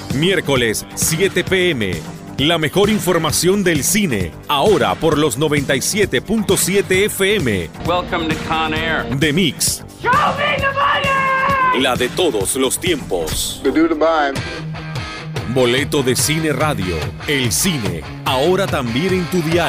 Miércoles, 7 p.m. La mejor información del cine, ahora por los 97.7 FM. Welcome to Con Air. The Mix. Show me the money! La de todos los tiempos. Goodbye. Boleto de Cine Radio. El cine, ahora también en tu dial.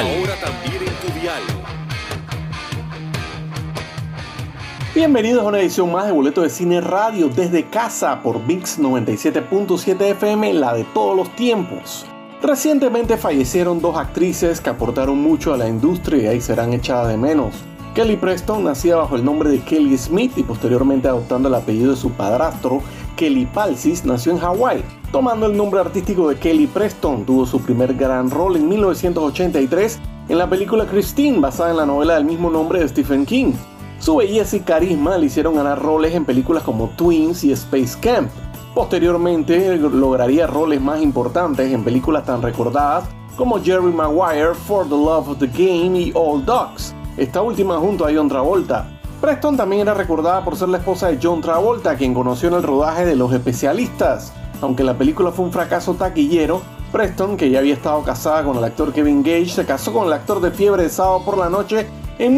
Bienvenidos a una edición más de Boleto de Cine Radio desde casa por VIX 97.7 FM, la de todos los tiempos. Recientemente fallecieron dos actrices que aportaron mucho a la industria y serán echadas de menos. Kelly Preston, nacida bajo el nombre de Kelly Smith y posteriormente adoptando el apellido de su padrastro, Kelly Palsis, nació en Hawái. Tomando el nombre artístico de Kelly Preston, tuvo su primer gran rol en 1983 en la película Christine, basada en la novela del mismo nombre de Stephen King. Su belleza y carisma le hicieron ganar roles en películas como Twins y Space Camp. Posteriormente lograría roles más importantes en películas tan recordadas como Jerry Maguire, For the Love of the Game y All Dogs, esta última junto a John Travolta. Preston también era recordada por ser la esposa de John Travolta, quien conoció en el rodaje de Los Especialistas. Aunque la película fue un fracaso taquillero, Preston, que ya había estado casada con el actor Kevin Gage, se casó con el actor de Fiebre de Sábado por la Noche en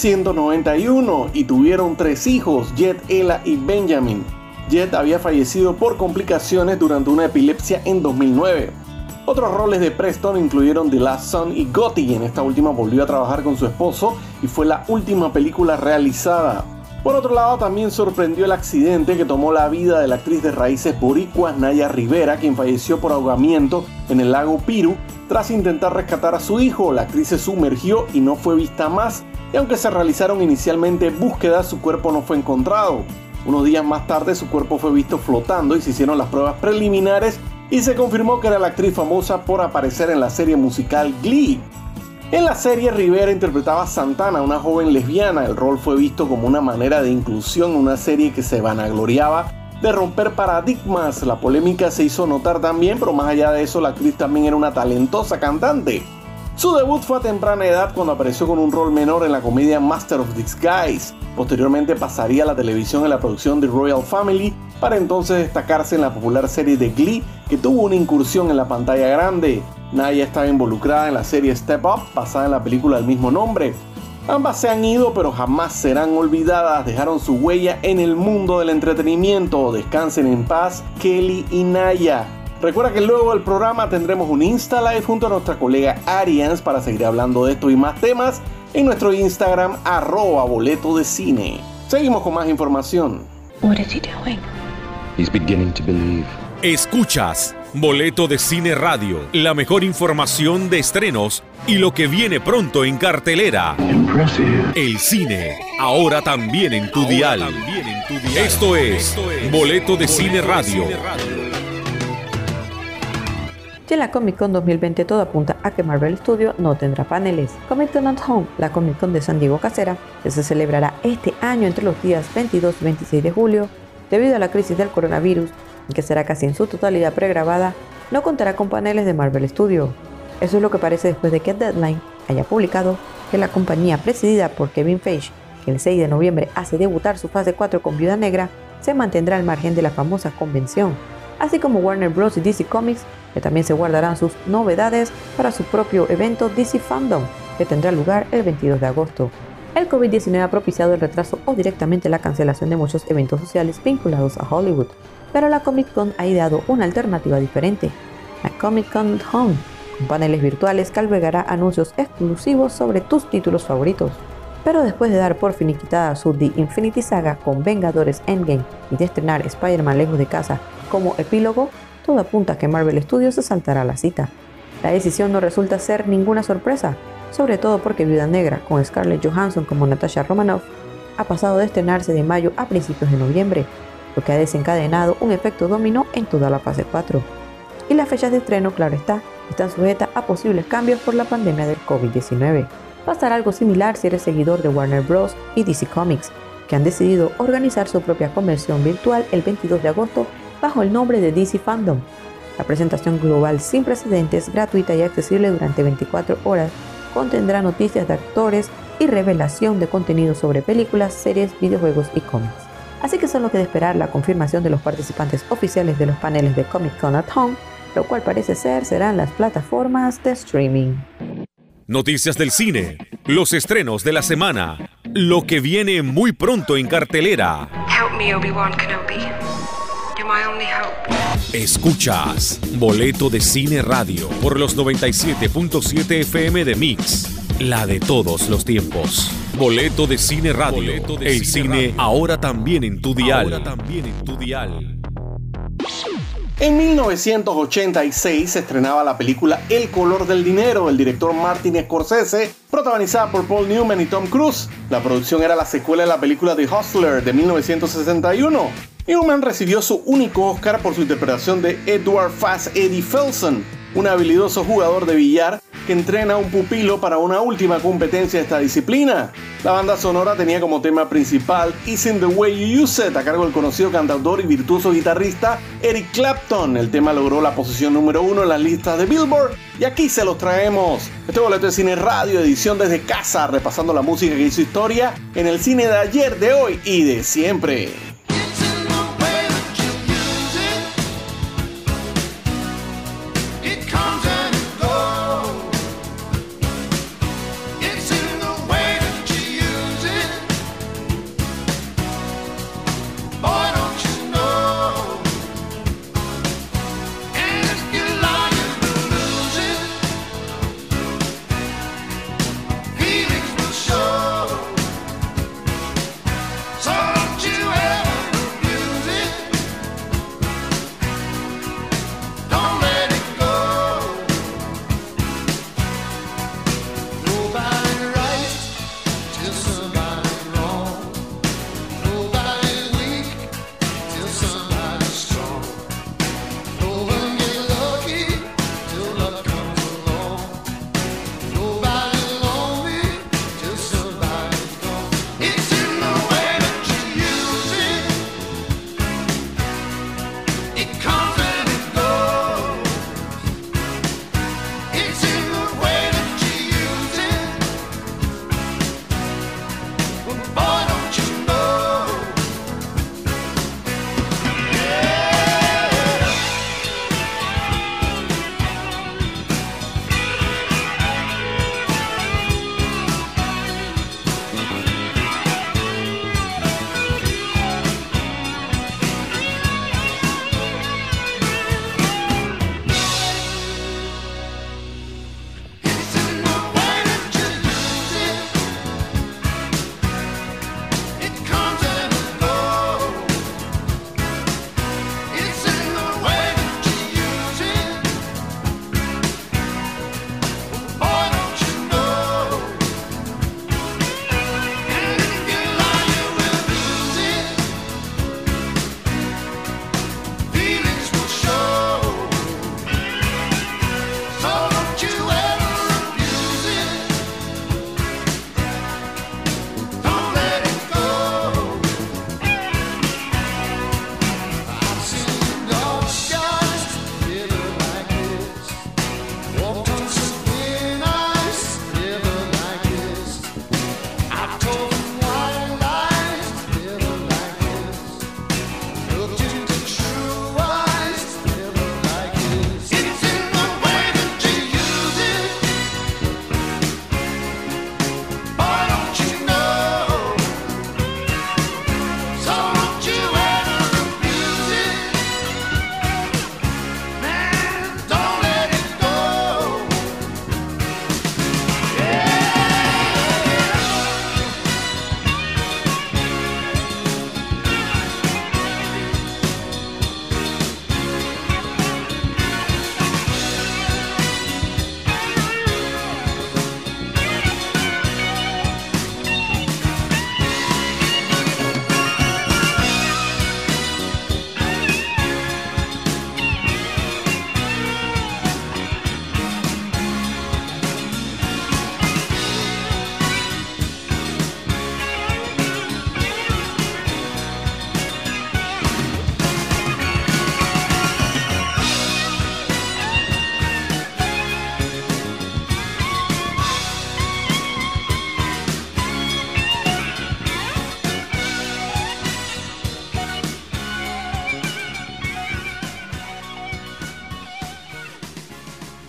1991 y tuvieron 3 hijos, Jet, Ella y Benjamin. Jet había fallecido por complicaciones durante una epilepsia en 2009. Otros roles de Preston incluyeron The Last Son y Gotti. En esta última volvió a trabajar con su esposo y fue la última película realizada. Por otro lado, también sorprendió el accidente que tomó la vida de la actriz de raíces boricuas Naya Rivera, quien falleció por ahogamiento en el lago Piru tras intentar rescatar a su hijo. La actriz se sumergió y no fue vista más, y aunque se realizaron inicialmente búsquedas, su cuerpo no fue encontrado. Unos días más tarde su cuerpo fue visto flotando y se hicieron las pruebas preliminares y se confirmó que era la actriz famosa por aparecer en la serie musical Glee. En la serie, Rivera interpretaba a Santana, una joven lesbiana. El rol fue visto como una manera de inclusión en una serie que se vanagloriaba de romper paradigmas. La polémica se hizo notar también, pero más allá de eso, la actriz también era una talentosa cantante. Su debut fue a temprana edad cuando apareció con un rol menor en la comedia Master of Disguise. Posteriormente pasaría a la televisión en la producción de Royal Family, para entonces destacarse en la popular serie de Glee, que tuvo una incursión en la pantalla grande. Naya estaba involucrada en la serie Step Up, basada en la película del mismo nombre. Ambas se han ido, pero jamás serán olvidadas. Dejaron su huella en el mundo del entretenimiento. Descansen en paz, Kelly y Naya. Recuerda que luego del programa tendremos un Insta Live junto a nuestra colega Arians para seguir hablando de esto y más temas en nuestro Instagram @boletodecine. Seguimos con más información. What is he doing? He's beginning to believe. Escuchas Boleto de Cine Radio, la mejor información de estrenos y lo que viene pronto en cartelera. Impressive. El cine, ahora también en tu dial. Esto es Boleto de Cine Radio. Y en la Comic Con 2020 todo apunta a que Marvel Studios no tendrá paneles. Comic Con at Home, la Comic Con de San Diego casera, que se celebrará este año entre los días 22 y 26 de julio, debido a la crisis del coronavirus, que será casi en su totalidad pregrabada, no contará con paneles de Marvel Studios. Eso es lo que parece después de que Deadline haya publicado que la compañía presidida por Kevin Feige, que el 6 de noviembre hace debutar su fase 4 con Viuda Negra, se mantendrá al margen de la famosa convención, así como Warner Bros. Y DC Comics, que también se guardarán sus novedades para su propio evento DC Fandom, que tendrá lugar el 22 de agosto. El COVID-19 ha propiciado el retraso o directamente la cancelación de muchos eventos sociales vinculados a Hollywood, pero la Comic Con ha ideado una alternativa diferente, la Comic Con at Home, con paneles virtuales que albergará anuncios exclusivos sobre tus títulos favoritos. Pero después de dar por finiquitada su The Infinity Saga con Vengadores Endgame y de estrenar Spider-Man Lejos de Casa como epílogo, todo apunta a que Marvel Studios se saltará la cita. La decisión no resulta ser ninguna sorpresa, sobre todo porque Viuda Negra, con Scarlett Johansson como Natasha Romanoff, ha pasado de estrenarse de mayo a principios de noviembre, lo que ha desencadenado un efecto dominó en toda la fase 4. Y las fechas de estreno, claro está, están sujetas a posibles cambios por la pandemia del COVID-19. Pasará algo similar si eres seguidor de Warner Bros. Y DC Comics, que han decidido organizar su propia convención virtual el 22 de agosto bajo el nombre de DC Fandom. La presentación global sin precedentes, gratuita y accesible durante 24 horas, contendrá noticias de actores y revelación de contenido sobre películas, series, videojuegos y cómics. así que solo queda esperar la confirmación de los participantes oficiales de los paneles de Comic Con at Home, lo cual parece ser serán las plataformas de streaming. Noticias del cine, los estrenos de la semana, lo que viene muy pronto en cartelera. Help me, Obi-Wan Kenobi. You're my only hope. Escuchas Boleto de Cine Radio por los 97.7 FM de Mix, la de todos los tiempos. Boleto de Cine Radio, el cine ahora también en tu dial. En 1986 se estrenaba la película El color del dinero del director Martin Scorsese, protagonizada por Paul Newman y Tom Cruise. La producción era la secuela de la película The Hustler de 1961. Newman recibió su único Oscar por su interpretación de Edward Fast Eddie Felsen, un habilidoso jugador de billar que entrena a un pupilo para una última competencia de esta disciplina. La banda sonora tenía como tema principal Isn't the Way You Use It, a cargo del conocido cantautor y virtuoso guitarrista Eric Clapton. El tema logró la posición número 1 en las listas de Billboard y aquí se los traemos. Este Boleto de Cine Radio, edición desde casa, repasando la música que hizo historia en el cine de ayer, de hoy y de siempre. So don't you ever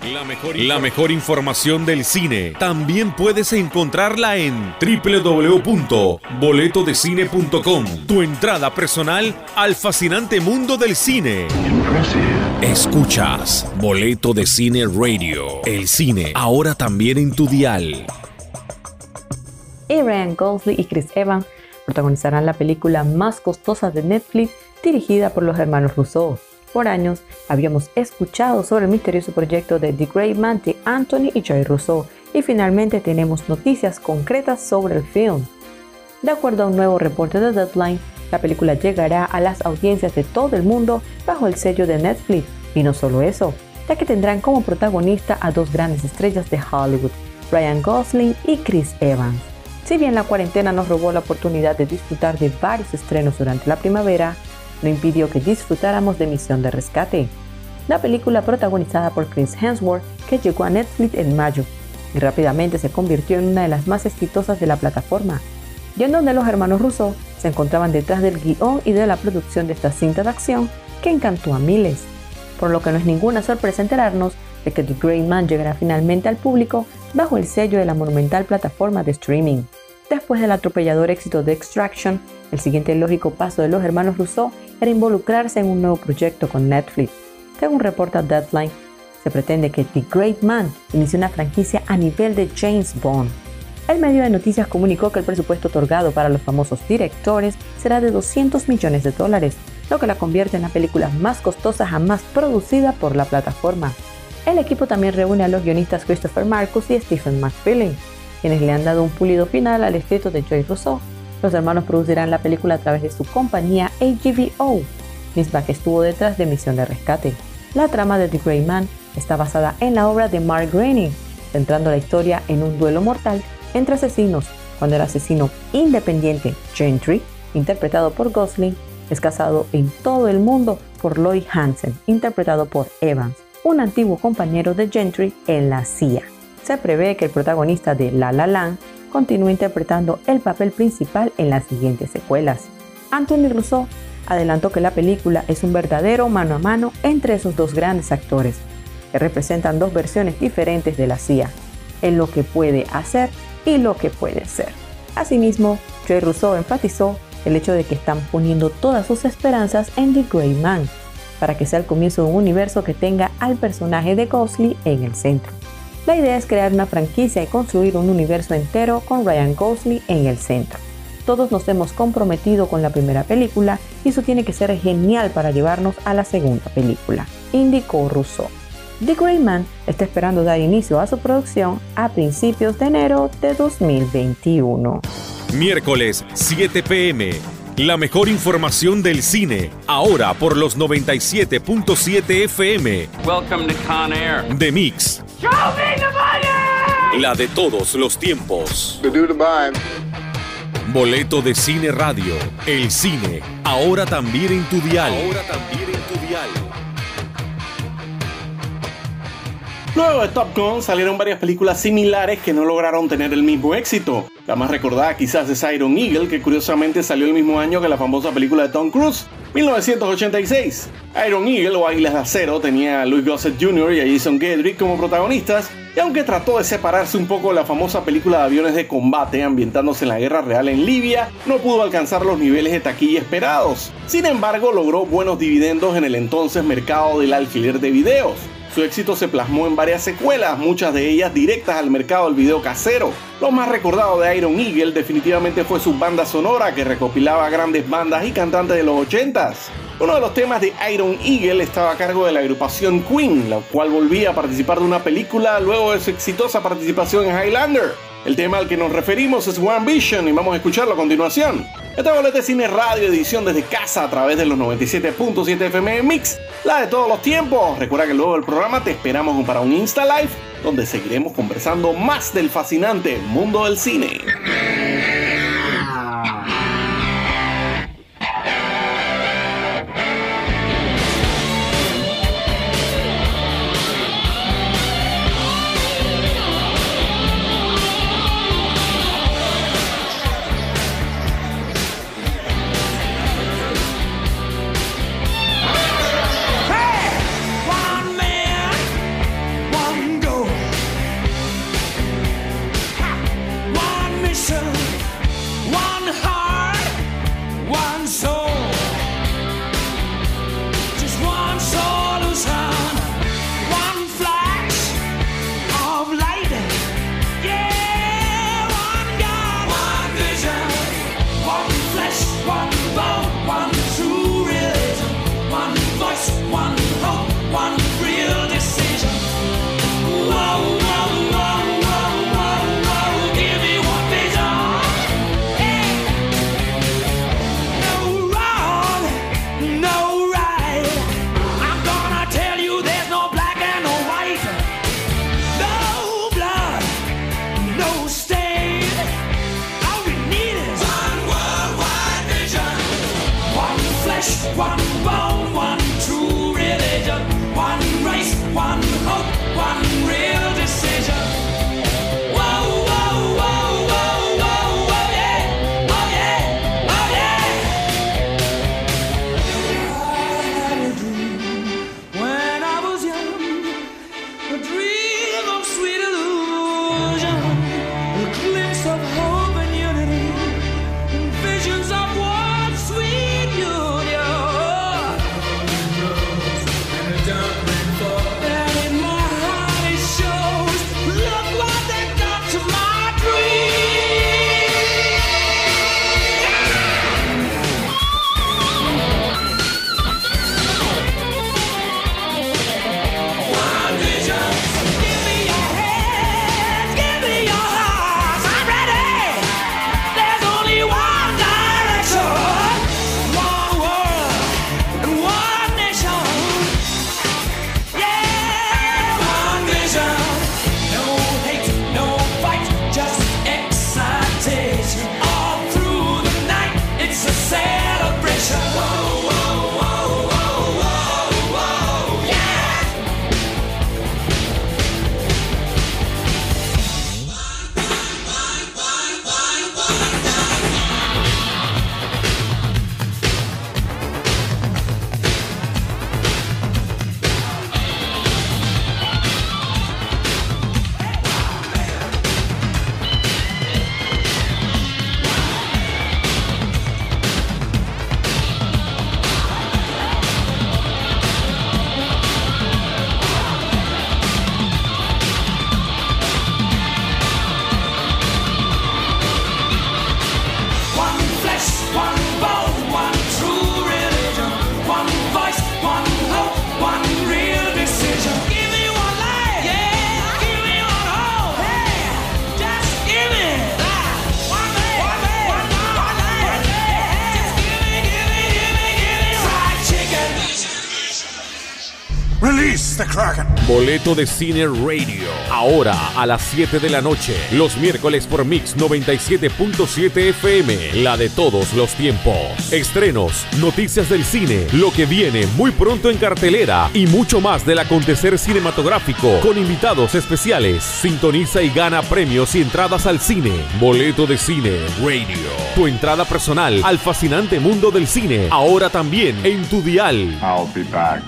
La mejor información del cine también puedes encontrarla en www.boletodecine.com. Tu entrada personal al fascinante mundo del cine. Escuchas Boleto de Cine Radio. El cine ahora también en tu dial. Ryan Gosling y Chris Evans protagonizarán la película más costosa de Netflix, dirigida por los hermanos Russo. Por años habíamos escuchado sobre el misterioso proyecto de The Great Man de Anthony y Joy Russo, y finalmente tenemos noticias concretas sobre el film. De acuerdo a un nuevo reporte de Deadline, la película llegará a las audiencias de todo el mundo bajo el sello de Netflix, y no solo eso, ya que tendrán como protagonista a dos grandes estrellas de Hollywood, Ryan Gosling y Chris Evans. Si bien la cuarentena nos robó la oportunidad de disfrutar de varios estrenos durante la primavera, no impidió que disfrutáramos de Misión de Rescate, la película protagonizada por Chris Hemsworth, que llegó a Netflix en mayo y rápidamente se convirtió en una de las más exitosas de la plataforma, y en donde los hermanos Russo se encontraban detrás del guión y de la producción de esta cinta de acción que encantó a miles, por lo que no es ninguna sorpresa enterarnos de que The Great Man llegará finalmente al público bajo el sello de la monumental plataforma de streaming. Después del atropellador éxito de Extraction, el siguiente lógico paso de los hermanos Russo era involucrarse en un nuevo proyecto con Netflix. Según reporta Deadline, se pretende que The Great Man inicie una franquicia a nivel de James Bond. El medio de noticias comunicó que el presupuesto otorgado para los famosos directores será de $200 millones, lo que la convierte en la película más costosa jamás producida por la plataforma. El equipo también reúne a los guionistas Christopher Marcus y Stephen McFeely, quienes le han dado un pulido final al escrito de Joy Russo. Los hermanos producirán la película a través de su compañía HBO, misma que estuvo detrás de Misión de Rescate. La trama de The Great Man está basada en la obra de Mark Groening, centrando la historia en un duelo mortal entre asesinos, cuando el asesino independiente Gentry, interpretado por Gosling, es cazado en todo el mundo por Lloyd Hansen, interpretado por Evans, un antiguo compañero de Gentry en la CIA. Se prevé que el protagonista de La La Land continúe interpretando el papel principal en las siguientes secuelas. Anthony Russo adelantó que la película es un verdadero mano a mano entre esos dos grandes actores, que representan dos versiones diferentes de la CIA, en lo que puede hacer y lo que puede ser. Asimismo, Joy Russo enfatizó el hecho de que están poniendo todas sus esperanzas en The Great Man, para que sea el comienzo de un universo que tenga al personaje de Gosling en el centro. La idea es crear una franquicia y construir un universo entero con Ryan Gosling en el centro. Todos nos hemos comprometido con la primera película y eso tiene que ser genial para llevarnos a la segunda película, indicó Russo. The Great Man está esperando dar inicio a su producción a principios de enero de 2021. Miércoles 7 p.m. La mejor información del cine, ahora por los 97.7 FM. Welcome to Con Air. The Mix. Show me the money! La de todos los tiempos. To do the bind. Boleto de Cine Radio. El cine, ahora también en tu dial. Luego de Top Gun salieron varias películas similares que no lograron tener el mismo éxito. La más recordada quizás es Iron Eagle, que curiosamente salió el mismo año que la famosa película de Tom Cruise, 1986. Iron Eagle o Águilas de Acero tenía a Louis Gossett Jr. y a Jason Gedrick como protagonistas, y aunque trató de separarse un poco de la famosa película de aviones de combate ambientándose en la guerra real en Libia, no pudo alcanzar los niveles de taquilla esperados. Sin embargo, logró buenos dividendos en el entonces mercado del alquiler de videos. Su éxito se plasmó en varias secuelas, muchas de ellas directas al mercado del video casero. Lo más recordado de Iron Eagle definitivamente fue su banda sonora, que recopilaba grandes bandas y cantantes de los 80s. Uno de los temas de Iron Eagle estaba a cargo de la agrupación Queen, la cual volvía a participar de una película luego de su exitosa participación en Highlander. El tema al que nos referimos es One Vision y vamos a escucharlo a continuación. Este Boleto de Cine Radio, edición desde casa a través de los 97.7 FM Mix, la de todos los tiempos. Recuerda que luego del programa te esperamos para un Insta Live, donde seguiremos conversando más del fascinante mundo del cine. One man, one one hope, one real decision. Whoa, whoa, whoa, whoa, whoa, whoa, yeah, oh yeah, oh yeah. I had a dream when I was young, a dream of sweet illusion, a glimpse of hope and unity, visions of one sweet union. And in my heart it shows, look what they've done to my One vision. Give me your hands, give me your hearts, I'm ready. There's only one direction, one world and one nation. Yeah, one vision. No hate, no fight, just excitation. All through the night, it's a celebration. Whoa, whoa, whoa, whoa, whoa, whoa, yeah. One flesh, one bone, one true religion, one voice, one hope, one real decision. Give me one life, yeah. Give me one hope, hey. Just give me that. One day, one life, yeah. Just give me fried chicken. Release the Kraken. Boleto de Cine Radio. Ahora a las 7 de la noche. Los miércoles por Mix 97.7 FM. La de todos los tiempos. Estrenos, noticias del cine, lo que viene muy pronto en cartelera y mucho más del acontecer cinematográfico con invitados especiales. Sintoniza y gana premios y entradas al cine. Boleto de Cine Radio. Tu entrada personal al fascinante mundo del cine. Ahora también en tu dial. I'll be back.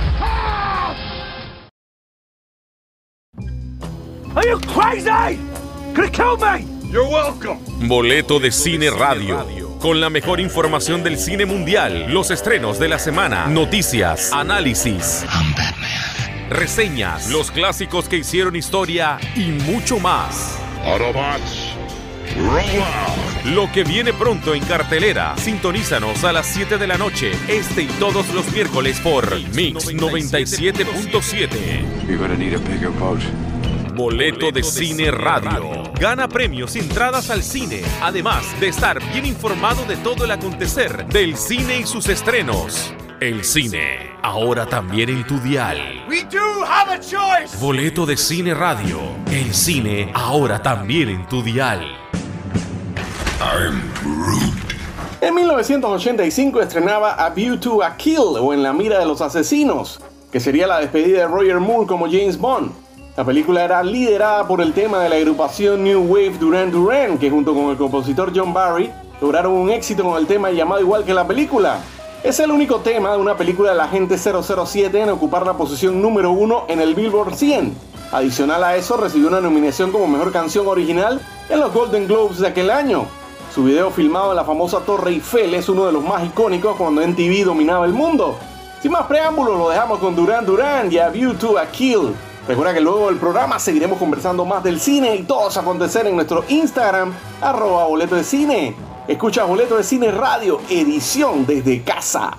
Are you crazy? Could have killed me. You're welcome. Boleto de Cine Radio. Con la mejor información del cine mundial, los estrenos de la semana, noticias, análisis, reseñas, los clásicos que hicieron historia y mucho más. Autobots, roll out. Lo que viene pronto en cartelera. Sintonízanos a las 7 de la noche, este y todos los miércoles por Mix 97.7. You're gonna need a bigger boat. Boleto de Cine Radio. Gana premios y entradas al cine, además de estar bien informado de todo el acontecer del cine y sus estrenos. El cine, ahora también en tu dial. We do have a choice. Boleto de Cine Radio. El cine, ahora también en tu dial. I'm Groot. En 1985 estrenaba A View to a Kill o En la mira de los asesinos, que sería la despedida de Roger Moore como James Bond. La película era liderada por el tema de la agrupación New Wave Duran Duran, que junto con el compositor John Barry lograron un éxito con el tema llamado igual que la película. Es el único tema de una película del agente 007 en ocupar la posición número 1 en el Billboard 100. Adicional a eso, recibió una nominación como mejor canción original en los Golden Globes de aquel año. Su video filmado en la famosa Torre Eiffel es uno de los más icónicos cuando MTV dominaba el mundo. Sin más preámbulos, lo dejamos con Duran Duran y A View to a Kill. Recuerda que luego del programa seguiremos conversando más del cine y todo su acontecer en nuestro Instagram, @boleto de cine. Escucha Boleto de Cine Radio, edición desde casa.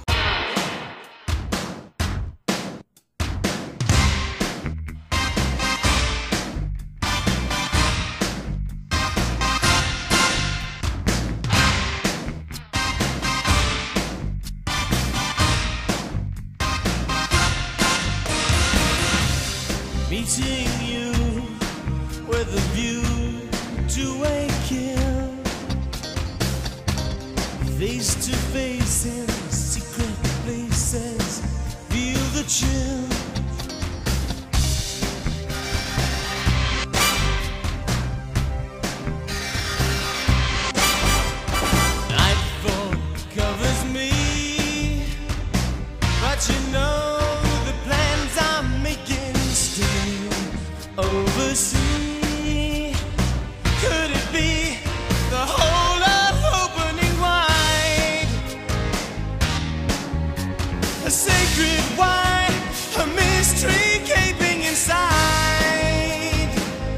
Meeting you with a view to a kill, face to face in secret places, feel the chill. tree caping inside.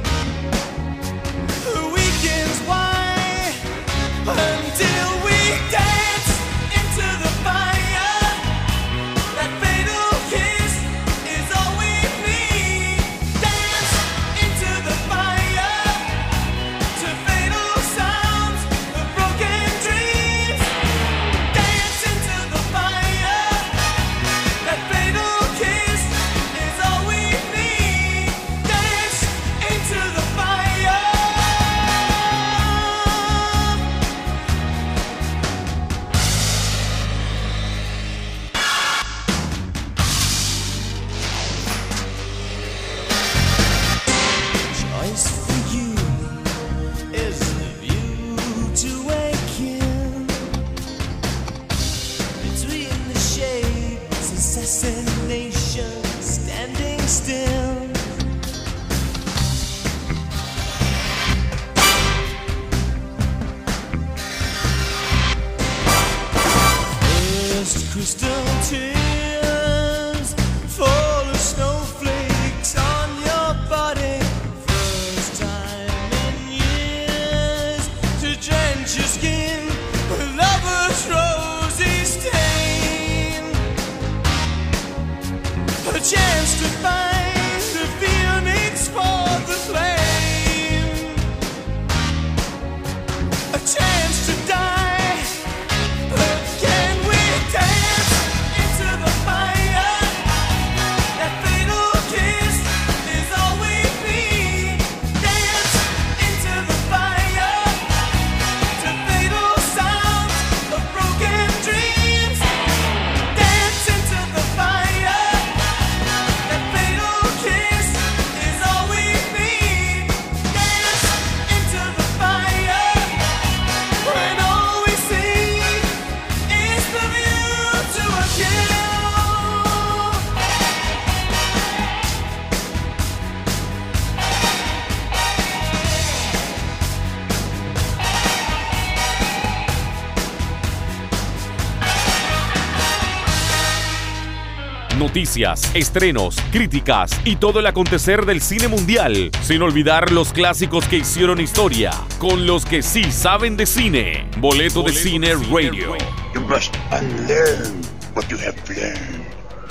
Weekends, why? Until we dance into the fire. That fatal kiss is all we need. Dance into the fire to fatal sounds of broken dreams. Dance into the fire. That fatal kiss is all we need. Dance into the fire. Choice for you is the view to awaken between the shades, assassination, standing still. First crystal tears fall as snowflakes on your body. First time in years to drench your skin with lover's rosy stain. A chance to find the phoenix for the flame. A chance to die, but can we dance into the fire? That fatal kiss is all we need. Dance into the fire to fatal sounds of broken dreams. Dance into the fire. That fatal kiss is all we need. Dance into the fire when all we see is the view to a kill. Noticias, estrenos, críticas y todo el acontecer del cine mundial, sin olvidar los clásicos que hicieron historia, con los que sí saben de cine. Boleto de Cine Radio. You must unlearn what you have learned.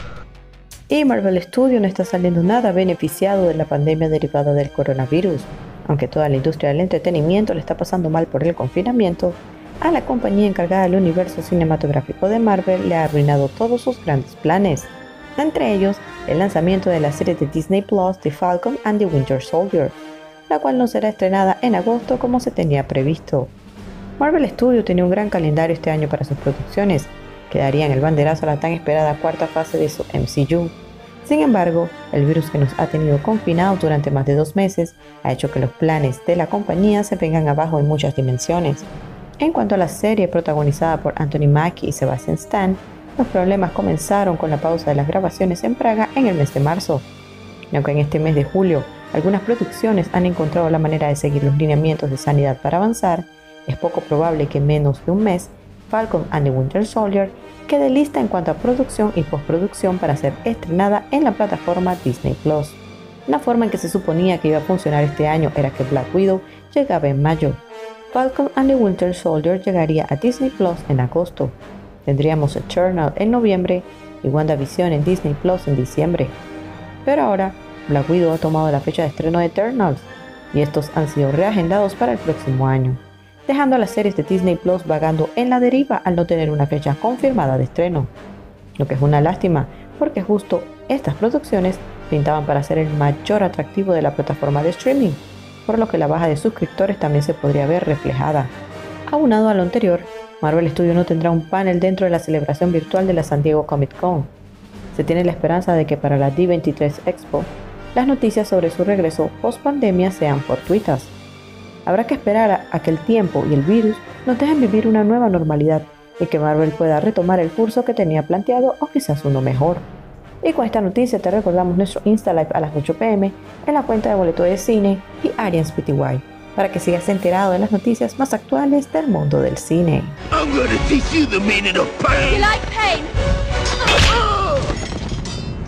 Y Marvel Studios no está saliendo nada beneficiado de la pandemia derivada del coronavirus. Aunque toda la industria del entretenimiento le está pasando mal por el confinamiento, a la compañía encargada del universo cinematográfico de Marvel le ha arruinado todos sus grandes planes. Entre ellos, el lanzamiento de la serie de Disney Plus The Falcon and the Winter Soldier, la cual no será estrenada en agosto como se tenía previsto. Marvel Studios tenía un gran calendario este año para sus producciones, que darían el banderazo a la tan esperada cuarta fase de su MCU. Sin embargo, el virus que nos ha tenido confinados durante más de 2 meses ha hecho que los planes de la compañía se vengan abajo en muchas dimensiones. En cuanto a la serie protagonizada por Anthony Mackie y Sebastian Stan, los problemas comenzaron con la pausa de las grabaciones en Praga en el mes de marzo. Y aunque en este mes de julio algunas producciones han encontrado la manera de seguir los lineamientos de sanidad para avanzar, es poco probable que en menos de un mes Falcon and the Winter Soldier quede lista en cuanto a producción y postproducción para ser estrenada en la plataforma Disney Plus. La forma en que se suponía que iba a funcionar este año era que Black Widow llegaba en mayo, Falcon and the Winter Soldier llegaría a Disney Plus en agosto, tendríamos Eternal en noviembre y WandaVision en Disney Plus en diciembre. Pero ahora, Black Widow ha tomado la fecha de estreno de Eternals y estos han sido reagendados para el próximo año, dejando a las series de Disney Plus vagando en la deriva al no tener una fecha confirmada de estreno. Lo que es una lástima, porque justo estas producciones pintaban para ser el mayor atractivo de la plataforma de streaming, por lo que la baja de suscriptores también se podría ver reflejada. Aunado a lo anterior, Marvel Studios no tendrá un panel dentro de la celebración virtual de la San Diego Comic Con. Se tiene la esperanza de que para la D23 Expo, las noticias sobre su regreso post pandemia sean fortuitas. Habrá que esperar a que el tiempo y el virus nos dejen vivir una nueva normalidad y que Marvel pueda retomar el curso que tenía planteado o quizás uno mejor. Y con esta noticia te recordamos nuestro Insta Live a las 8 p.m. en la cuenta de Boleto de Cine y Arians PTY, para que sigas enterado de las noticias más actuales del mundo del cine. I'm gonna teach you the meaning of pain. You like pain?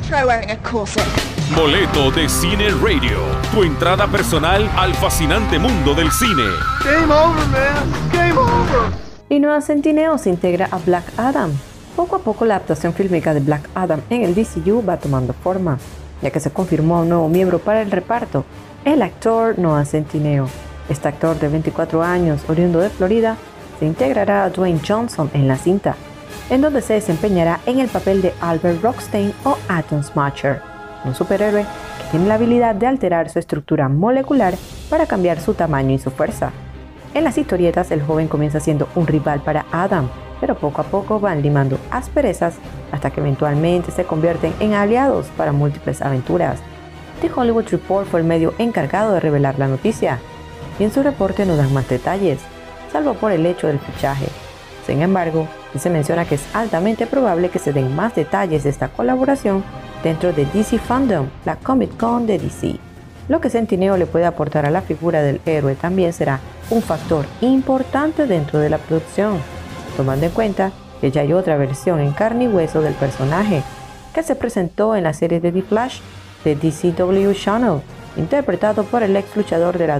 Try wearing a corset. Boleto de Cine Radio, tu entrada personal al fascinante mundo del cine. Game over, man. Game over. Y Noah Centineo se integra a Black Adam. Poco a poco la adaptación fílmica de Black Adam en el DCU va tomando forma, ya que se confirmó un nuevo miembro para el reparto, el actor Noah Centineo. Este actor de 24 años, oriundo de Florida, se integrará a Dwayne Johnson en la cinta, en donde se desempeñará en el papel de Albert Rockstein o Atom Smasher, un superhéroe que tiene la habilidad de alterar su estructura molecular para cambiar su tamaño y su fuerza. En las historietas, el joven comienza siendo un rival para Adam, pero poco a poco van limando asperezas hasta que eventualmente se convierten en aliados para múltiples aventuras. The Hollywood Report fue el medio encargado de revelar la noticia, y en su reporte no dan más detalles, salvo por el hecho del fichaje. Sin embargo, se menciona que es altamente probable que se den más detalles de esta colaboración dentro de DC Fandom, la Comic Con de DC. Lo que Centineo le puede aportar a la figura del héroe también será un factor importante dentro de la producción, tomando en cuenta que ya hay otra versión en carne y hueso del personaje, que se presentó en la serie de The Flash de DCW Channel, interpretado por el ex luchador de la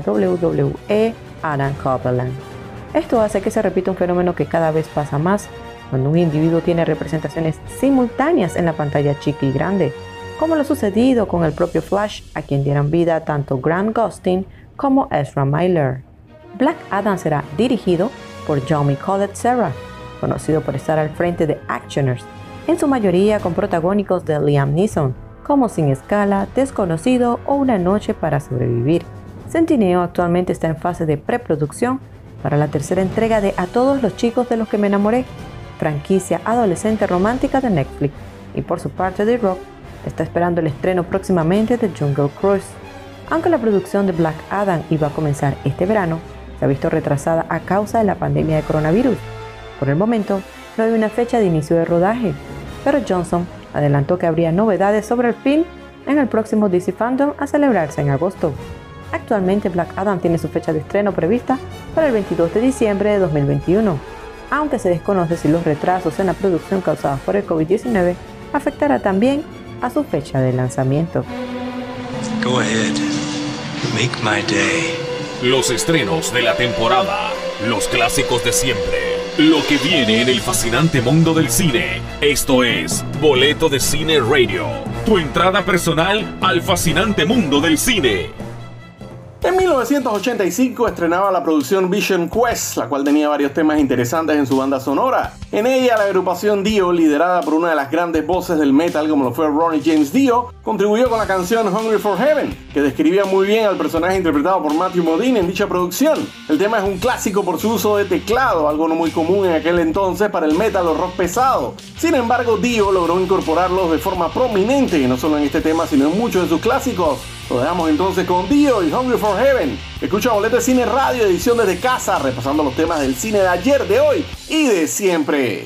WWE, Adam Copeland. Esto hace que se repita un fenómeno que cada vez pasa más cuando un individuo tiene representaciones simultáneas en la pantalla chica y grande, como lo sucedido con el propio Flash, a quien dieron vida tanto Grant Gustin como Ezra Miller. Black Adam será dirigido por Jamie Collette Serra, conocido por estar al frente de Actioners, en su mayoría con protagónicos de Liam Neeson, como Sin Escala, Desconocido o Una Noche para Sobrevivir. Centineo actualmente está en fase de preproducción para la tercera entrega de A Todos los Chicos de los que me enamoré, franquicia adolescente romántica de Netflix, y por su parte The Rock está esperando el estreno próximamente de Jungle Cruise. Aunque la producción de Black Adam iba a comenzar este verano, se ha visto retrasada a causa de la pandemia de coronavirus. Por el momento, no hay una fecha de inicio de rodaje, pero Johnson adelantó que habría novedades sobre el film en el próximo DC Fandom a celebrarse en agosto. Actualmente Black Adam tiene su fecha de estreno prevista para el 22 de diciembre de 2021, aunque se desconoce si los retrasos en la producción causados por el COVID-19 afectará también a su fecha de lanzamiento. Go ahead. Make my day. Los estrenos de la temporada, los clásicos de siempre, lo que viene en el fascinante mundo del cine. Esto es Boleto de Cine Radio, tu entrada personal al fascinante mundo del cine. En 1985 estrenaba la producción Vision Quest, la cual tenía varios temas interesantes en su banda sonora. En ella, la agrupación Dio, liderada por una de las grandes voces del metal como lo fue Ronnie James Dio, contribuyó con la canción Hungry for Heaven, que describía muy bien al personaje interpretado por Matthew Modine en dicha producción. El tema es un clásico por su uso de teclado, algo no muy común en aquel entonces para el metal o rock pesado. Sin embargo, Dio logró incorporarlos de forma prominente, no solo en este tema, sino en muchos de sus clásicos. Lo dejamos entonces con Dio y Hungry for Heaven. Escucha Boleto de Cine Radio, edición desde casa, repasando los temas del cine de ayer, de hoy y de siempre.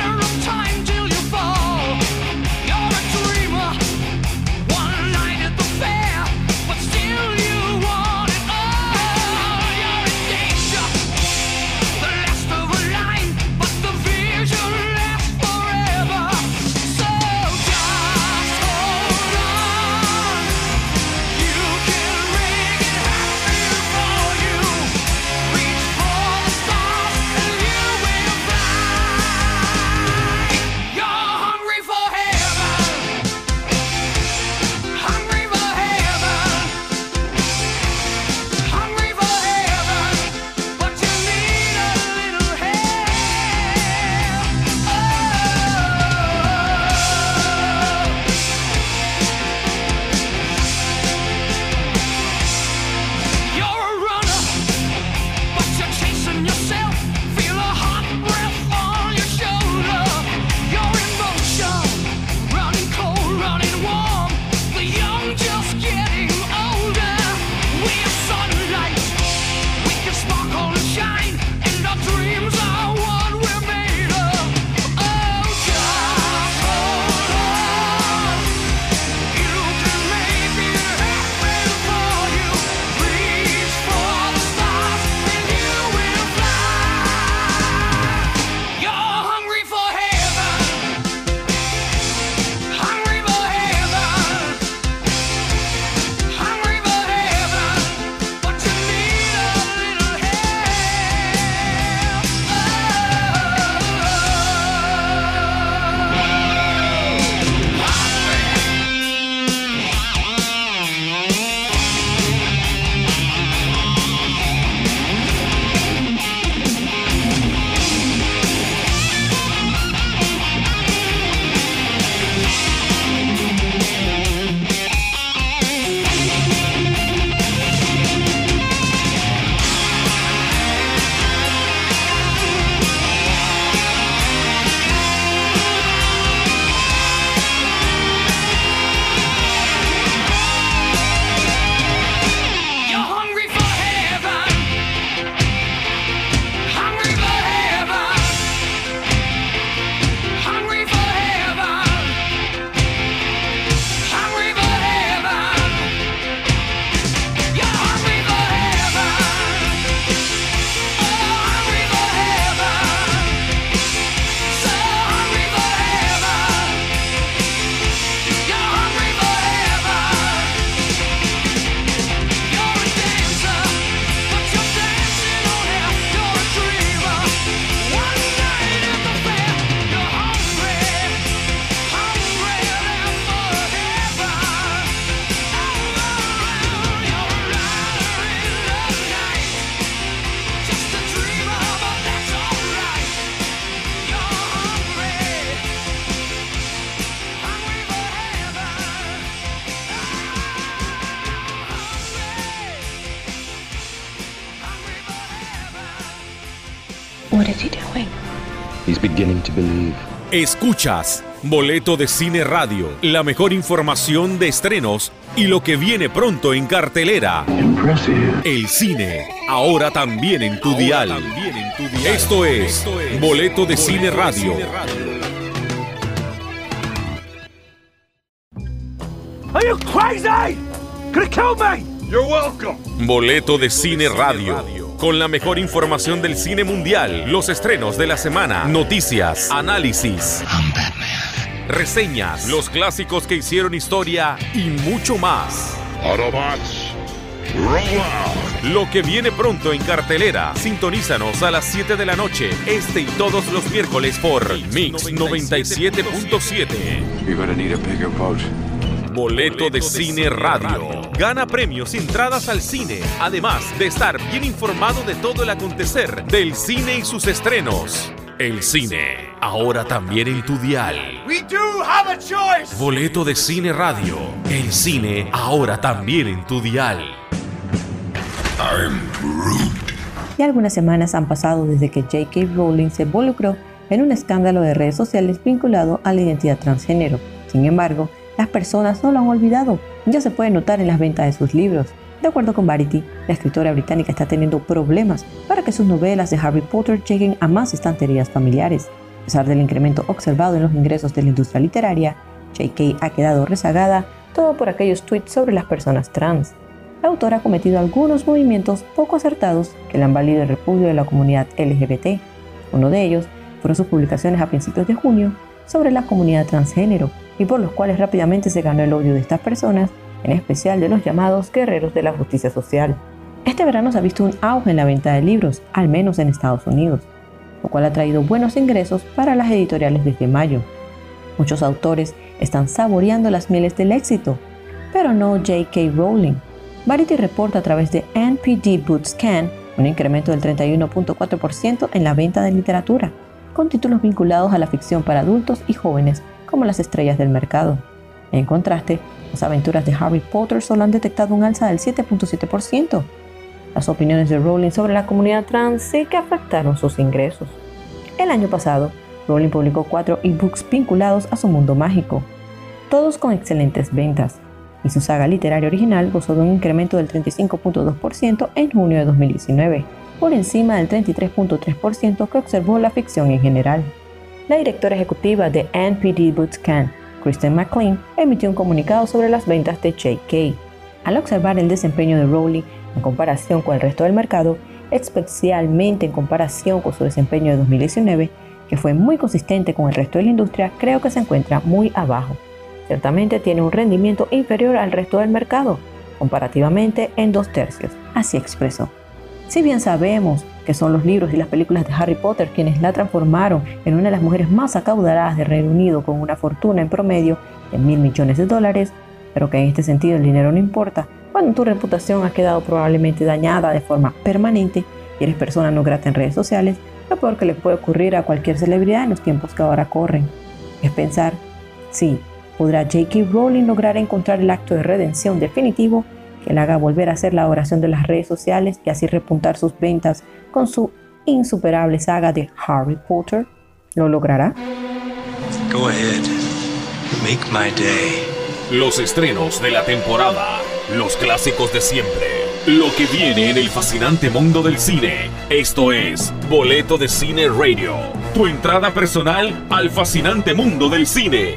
Time till you fall. You're a dreamer. One night at the What is he doing? He's beginning to believe. Escuchas Boleto de Cine Radio, la mejor información de estrenos y lo que viene pronto en cartelera. Impressive. El cine, ahora también en tu dial. Esto es Boleto de Cine Radio. Are you crazy? Could kill me! You're welcome. Boleto de Cine Radio. Con la mejor información del cine mundial, los estrenos de la semana, noticias, análisis, reseñas, los clásicos que hicieron historia y mucho más. Autobots, roll out. Lo que viene pronto en cartelera. Sintonízanos a las 7 de la noche, este y todos los miércoles por Mix 97.7. You're gonna need a bigger boat. Boleto de Cine Radio. Gana premios y entradas al cine, además de estar bien informado de todo el acontecer del cine y sus estrenos. El cine, ahora también en tu dial. We do have a choice! Boleto de Cine Radio. El cine, ahora también en tu dial. I'm Groot. Ya algunas semanas han pasado desde que J.K. Rowling se involucró en un escándalo de redes sociales vinculado a la identidad transgénero. Sin embargo, las personas no lo han olvidado, ya se puede notar en las ventas de sus libros. De acuerdo con Variety, la escritora británica está teniendo problemas para que sus novelas de Harry Potter lleguen a más estanterías familiares. A pesar del incremento observado en los ingresos de la industria literaria, J.K. ha quedado rezagada, todo por aquellos tweets sobre las personas trans. La autora ha cometido algunos movimientos poco acertados que le han valido el repudio de la comunidad LGBT. Uno de ellos fueron sus publicaciones a principios de junio sobre la comunidad transgénero, y por los cuales rápidamente se ganó el odio de estas personas, en especial de los llamados guerreros de la justicia social. Este verano se ha visto un auge en la venta de libros, al menos en Estados Unidos, lo cual ha traído buenos ingresos para las editoriales desde mayo. Muchos autores están saboreando las mieles del éxito, pero no J.K. Rowling. Variety reporta a través de NPD Bookscan un incremento del 31.4% en la venta de literatura, con títulos vinculados a la ficción para adultos y jóvenes, como las estrellas del mercado. En contraste, las aventuras de Harry Potter solo han detectado un alza del 7.7%. Las opiniones de Rowling sobre la comunidad trans sí que afectaron sus ingresos. El año pasado, Rowling publicó 4 ebooks vinculados a su mundo mágico, todos con excelentes ventas, y su saga literaria original gozó de un incremento del 35.2% en junio de 2019, por encima del 33.3% que observó la ficción en general. La directora ejecutiva de NPD Bookscan, Kristen McLean, emitió un comunicado sobre las ventas de J.K. Al observar el desempeño de Rowling en comparación con el resto del mercado, especialmente en comparación con su desempeño de 2019, que fue muy consistente con el resto de la industria, creo que se encuentra muy abajo. Ciertamente tiene un rendimiento inferior al resto del mercado, comparativamente en 2/3, así expresó. Si bien sabemos que son los libros y las películas de Harry Potter quienes la transformaron en una de las mujeres más acaudaladas de Reino Unido con una fortuna en promedio de $1.000 millones, pero que en este sentido el dinero no importa, cuando tu reputación ha quedado probablemente dañada de forma permanente y eres persona no grata en redes sociales, lo peor que le puede ocurrir a cualquier celebridad en los tiempos que ahora corren es pensar, sí, ¿podrá J.K. Rowling lograr encontrar el acto de redención definitivo que le haga volver a hacer la oración de las redes sociales y así repuntar sus ventas con su insuperable saga de Harry Potter? ¿Lo logrará? Go ahead. Make my day. Los estrenos de la temporada, los clásicos de siempre, lo que viene en el fascinante mundo del cine. Esto es Boleto de Cine Radio, tu entrada personal al fascinante mundo del cine.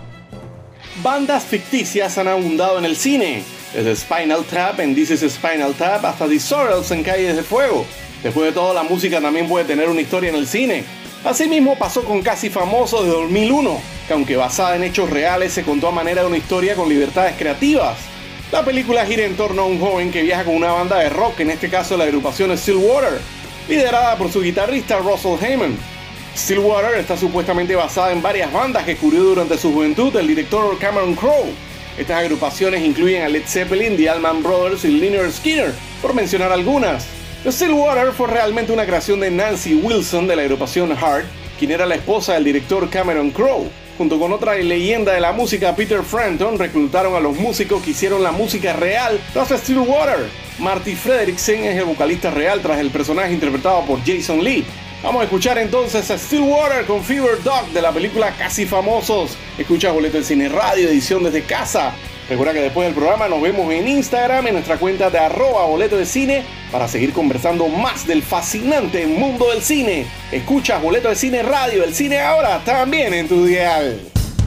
Bandas ficticias han abundado en el cine, desde Spinal Tap en This is Spinal Tap hasta The Sorrels en Calles de Fuego. Después de todo, la música también puede tener una historia en el cine. Asimismo pasó con Casi Famoso de 2001, que aunque basada en hechos reales se contó a manera de una historia con libertades creativas. La película gira en torno a un joven que viaja con una banda de rock, en este caso la agrupación Stillwater, liderada por su guitarrista Russell Heyman. Stillwater está supuestamente basada en varias bandas que cubrió durante su juventud el director Cameron Crowe. Estas agrupaciones incluyen a Led Zeppelin, The Allman Brothers y Lynyrd Skynyrd, por mencionar algunas. Stillwater fue realmente una creación de Nancy Wilson de la agrupación Heart, quien era la esposa del director Cameron Crowe. Junto con otra leyenda de la música, Peter Frampton, reclutaron a los músicos que hicieron la música real tras Stillwater. Marty Frederiksen es el vocalista real tras el personaje interpretado por Jason Lee. Vamos a escuchar entonces a Stillwater con Fever Dog de la película Casi Famosos. Escucha Boleto de Cine Radio, edición desde casa. Recuerda que después del programa nos vemos en Instagram, en nuestra cuenta de @boleto de cine, para seguir conversando más del fascinante mundo del cine. Escucha Boleto de Cine Radio, el cine ahora también en tu dial.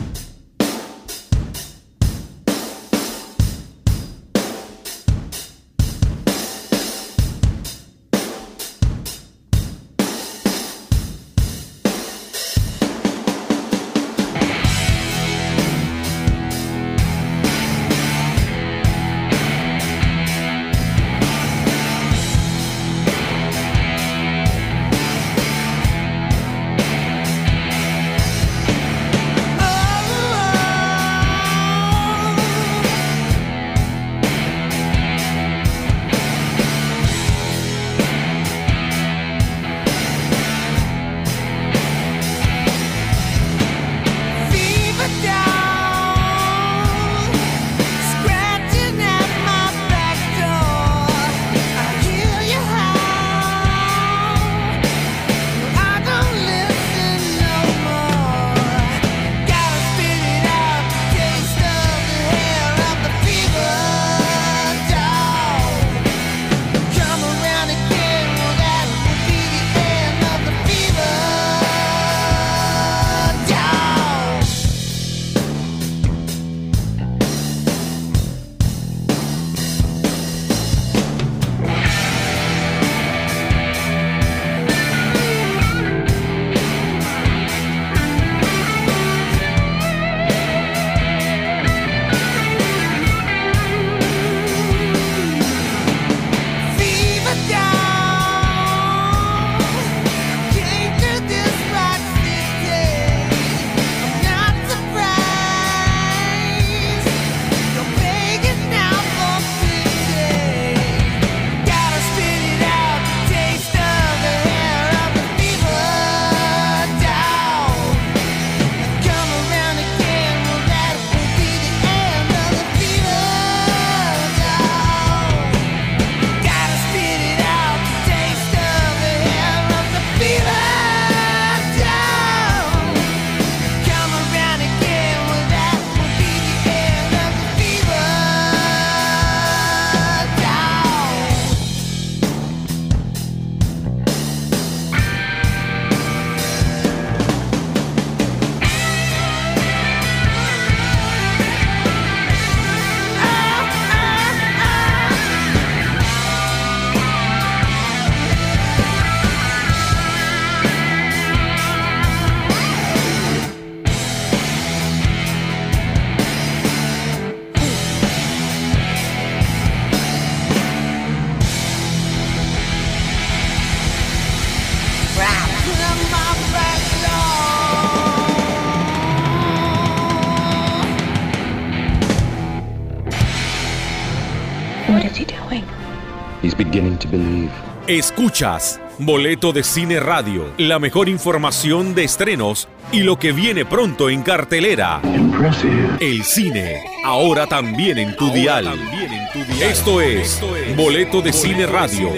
What is he doing? He's beginning to believe. Escuchas Boleto de Cine Radio, la mejor información de estrenos y lo que viene pronto en cartelera. Impressive. El cine, ahora también en tu dial. Esto es Boleto de Cine Radio.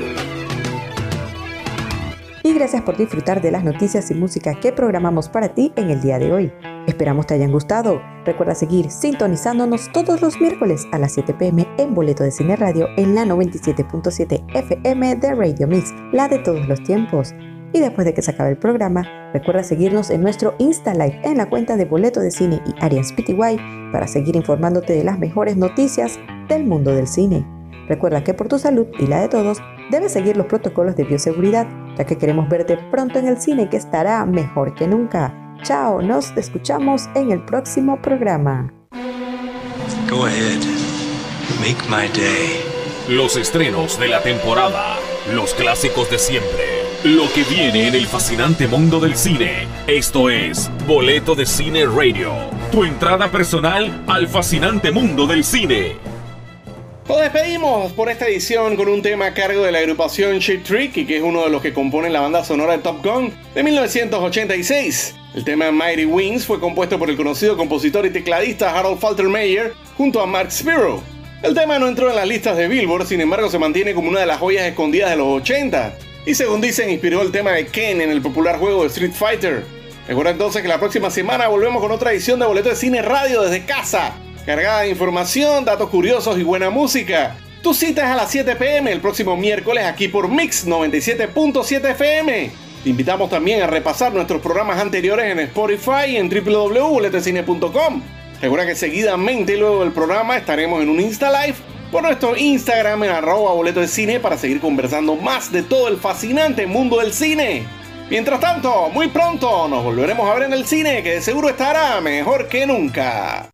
Y gracias por disfrutar de las noticias y música que programamos para ti en el día de hoy. Esperamos te hayan gustado. Recuerda seguir sintonizándonos todos los miércoles a las 7 p.m. en Boleto de Cine Radio en la 97.7 FM de Radio Mix, la de todos los tiempos. Y después de que se acabe el programa, recuerda seguirnos en nuestro Insta Live en la cuenta de Boleto de Cine y Arias PTY para seguir informándote de las mejores noticias del mundo del cine. Recuerda que por tu salud y la de todos, debes seguir los protocolos de bioseguridad, ya que queremos verte pronto en el cine, que estará mejor que nunca. Chao, nos escuchamos en el próximo programa. Go ahead. Make my day. Los estrenos de la temporada, los clásicos de siempre, lo que viene en el fascinante mundo del cine. Esto es Boleto de Cine Radio, tu entrada personal al fascinante mundo del cine. Nos despedimos por esta edición con un tema a cargo de la agrupación Cheap Trick, y que es uno de los que componen la banda sonora de Top Gun de 1986. El tema Mighty Wings fue compuesto por el conocido compositor y tecladista Harold Faltermeyer junto a Mark Spiro. El tema no entró en las listas de Billboard, sin embargo se mantiene como una de las joyas escondidas de los 80. y según dicen inspiró el tema de Ken en el popular juego de Street Fighter. Recuerda entonces que la próxima semana volvemos con otra edición de Boleto de Cine Radio desde casa, cargada de información, datos curiosos y buena música. Tu cita es a las 7 p.m. el próximo miércoles aquí por Mix 97.7 FM. Te invitamos también a repasar nuestros programas anteriores en Spotify y en www.boletodecine.com. Recuerda que seguidamente luego del programa estaremos en un Insta Live por nuestro Instagram en @boletodecine para seguir conversando más de todo el fascinante mundo del cine. Mientras tanto, muy pronto nos volveremos a ver en el cine, que de seguro estará mejor que nunca.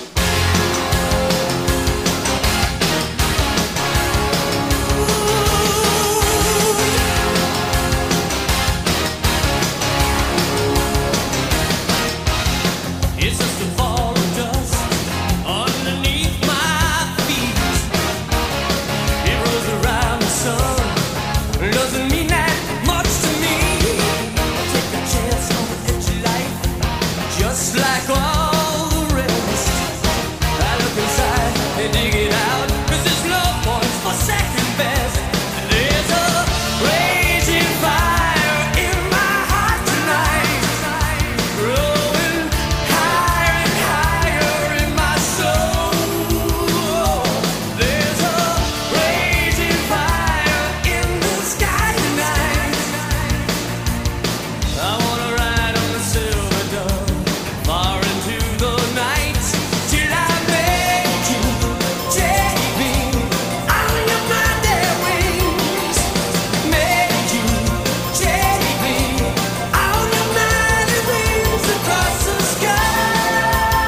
Like all the rest, I look inside and dig it out, 'cause there's no points for second best. There's a raging fire in my heart tonight, growing higher and higher in my soul. There's a raging fire in the sky tonight. I wanna ride on the silver dove far into the night, till I make you take me on your mighty wings. Make you take me on your mighty wings across the sky.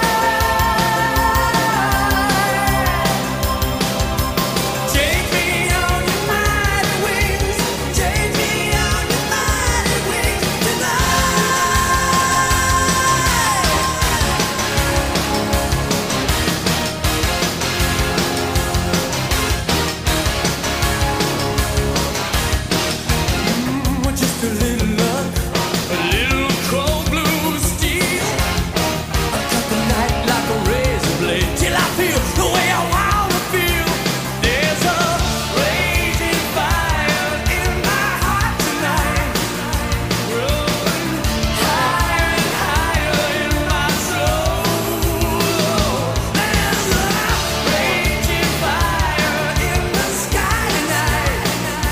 Take me on your mighty wings. Take me on your mighty wings tonight. With just a little luck, a little cold blue steel, I cut the night like a razor blade till I feel the way I wanna feel. There's a raging fire in my heart tonight, growing higher and higher in my soul. There's a raging fire in the sky tonight.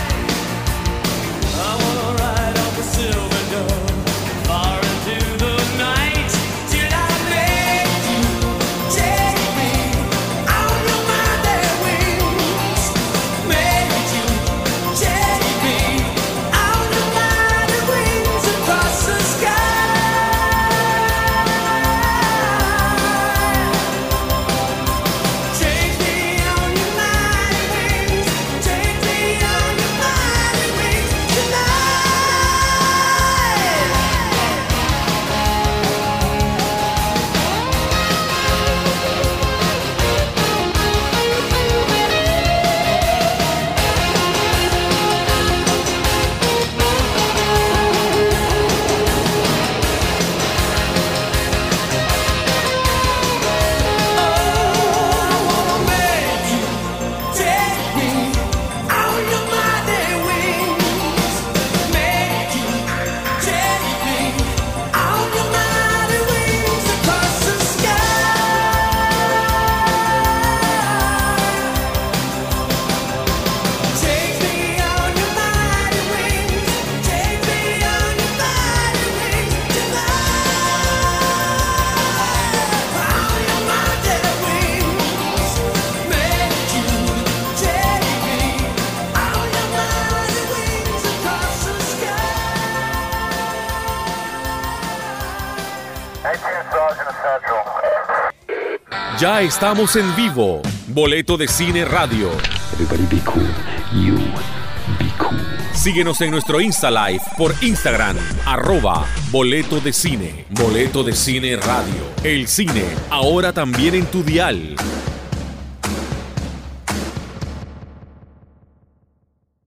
I wanna ride on the silver dove far into the night, till I make you take me on your mighty wings. Make you take me on your mighty wings across the sky. Take me on your mighty wings. Take me on your mighty wings tonight. Make you take me on your mighty wings. Make you take me on your mighty wings across the sky. Take me on your mighty wings. Take me on your mighty wings tonight. On your mighty wings. Make you take me on your mighty wings across the sky. Ya estamos en vivo. Boleto de Cine Radio. Everybody be cool. You be cool. Síguenos en nuestro Insta Live por Instagram, @Boleto de Cine. Boleto de Cine Radio. El cine, ahora también en tu dial.